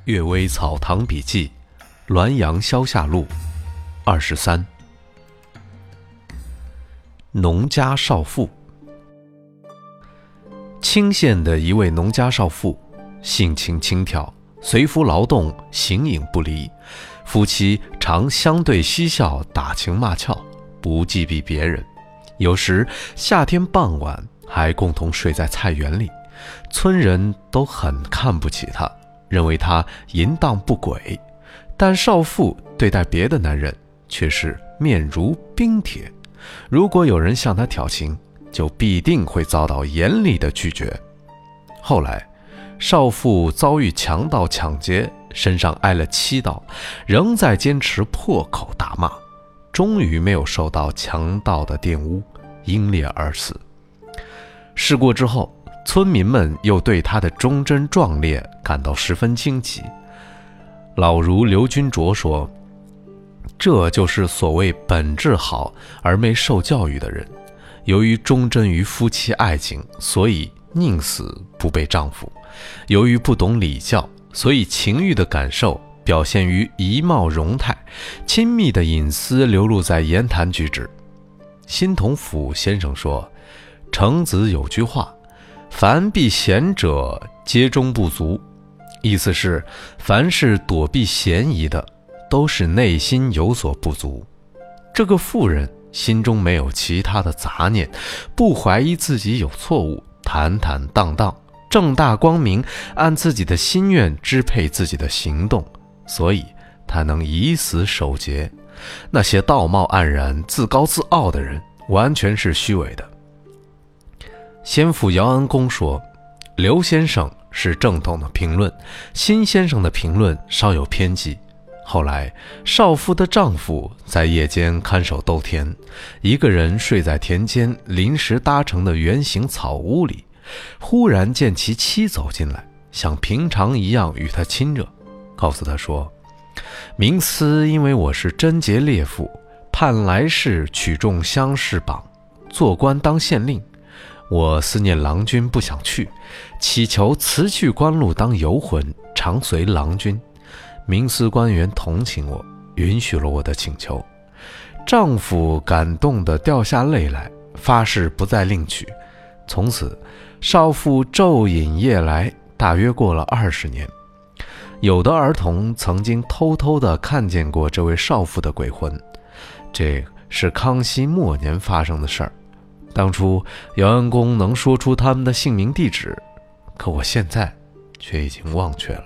岳微草堂笔记滦阳消夏录23。农家少妇。清县的一位农家少妇，性情轻佻，随夫劳动，形影不离，夫妻常相对嬉笑，打情骂俏，不忌避别人，有时夏天傍晚还共同睡在菜园里。村人都很看不起她，认为她淫荡不轨，但少妇对待别的男人却是面如冰铁，如果有人向她挑情，就必定会遭到严厉的拒绝。后来少妇遭遇强盗抢劫，身上挨了7刀，仍在坚持破口大骂，终于没有受到强盗的玷污，因裂而死。事过之后，村民们又对他的忠贞壮烈感到十分惊奇。老儒刘君卓说，这就是所谓本质好而没受教育的人，由于忠贞于夫妻爱情，所以宁死不背丈夫；由于不懂礼教，所以情欲的感受表现于仪貌容态，亲密的隐私流露在言谈举止。辛同甫先生说，程子有句话，凡避嫌者皆中不足，意思是凡是躲避嫌疑的，都是内心有所不足。这个妇人心中没有其他的杂念，不怀疑自己有错误，坦坦荡荡，正大光明，按自己的心愿支配自己的行动，所以她能以死守节。那些道貌岸然、自高自傲的人，完全是虚伪的。先父姚安公说，刘先生是正统的评论，辛先生的评论稍有偏激。后来少妇的丈夫在夜间看守豆田，一个人睡在田间临时搭成的圆形草屋里，忽然见其妻走进来，像平常一样与他亲热，告诉他说，明思因为我是贞洁烈妇，盼来世取中乡试榜，做官当县令，我思念郎君不想去，祈求辞去官路当游魂，常随郎君。明司官员同情我，允许了我的请求。丈夫感动得掉下泪来，发誓不再另娶。从此少妇昼饮夜来，大约过了20年。有的儿童曾经偷偷地看见过这位少妇的鬼魂，这是康熙末年发生的事儿。当初姚安公能说出他们的姓名地址，可我现在却已经忘却了。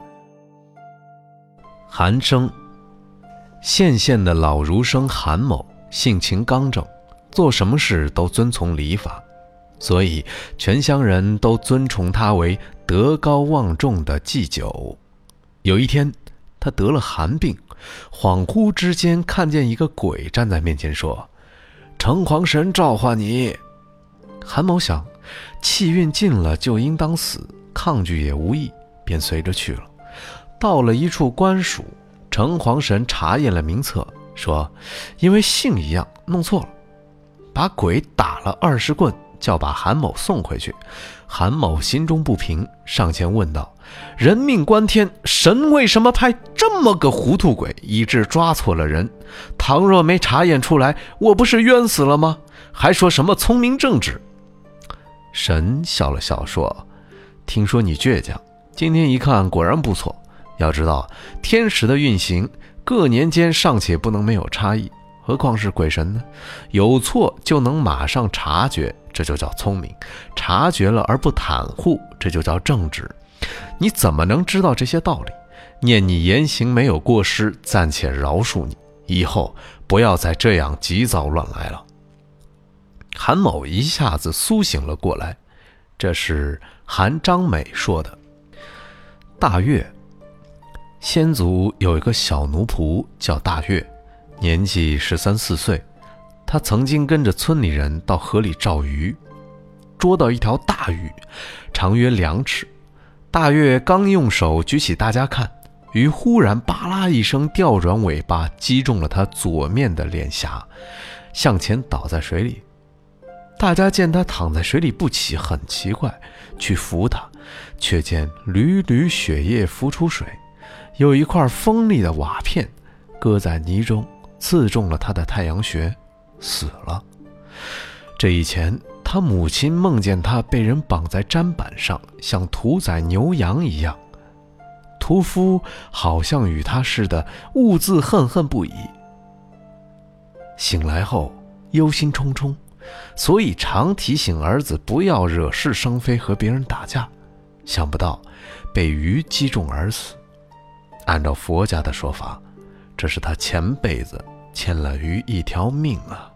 韩生。县的老儒生韩某性情刚正，做什么事都遵从礼法，所以全乡人都尊崇他为德高望重的祭酒。有一天他得了寒病，恍惚之间看见一个鬼站在面前说，城隍神召唤你。韩某想，气运尽了就应当死，抗拒也无益，便随着去了。到了一处官署，城隍神查验了名册，说因为姓一样弄错了，把鬼打了20棍，叫把韩某送回去。韩某心中不平，上前问道，人命关天，神为什么派这么个糊涂鬼，以致抓错了人？倘若没查验出来，我不是冤死了吗？还说什么聪明正直？神笑了笑说，听说你倔强，今天一看果然不错。要知道天时的运行，各年间尚且不能没有差异，何况是鬼神呢？有错就能马上察觉，这就叫聪明；察觉了而不袒护，这就叫正直。你怎么能知道这些道理？念你言行没有过失，暂且饶恕你，以后不要再这样急躁乱来了。韩某一下子苏醒了过来，这是韩张美说的。大岳。先祖有一个小奴仆叫大岳，年纪13、14岁，他曾经跟着村里人到河里照鱼，捉到一条大鱼，长约2尺。大岳刚用手举起大家看，鱼忽然吧啦一声调转尾巴，击中了他左面的脸颊，向前倒在水里。大家见他躺在水里不起，很奇怪，去扶他，却见缕缕血液浮出水， 有一块锋利的瓦片搁在泥中，刺中了他的太阳穴，死了。这以前他母亲梦见他被人绑在砧板上，像屠宰牛羊一样，屠夫好像与他似的，兀自恨恨不已。醒来后忧心忡忡，所以常提醒儿子不要惹是生非和别人打架，想不到被鱼击中而死。按照佛家的说法，这是他前辈子欠了鱼一条命啊。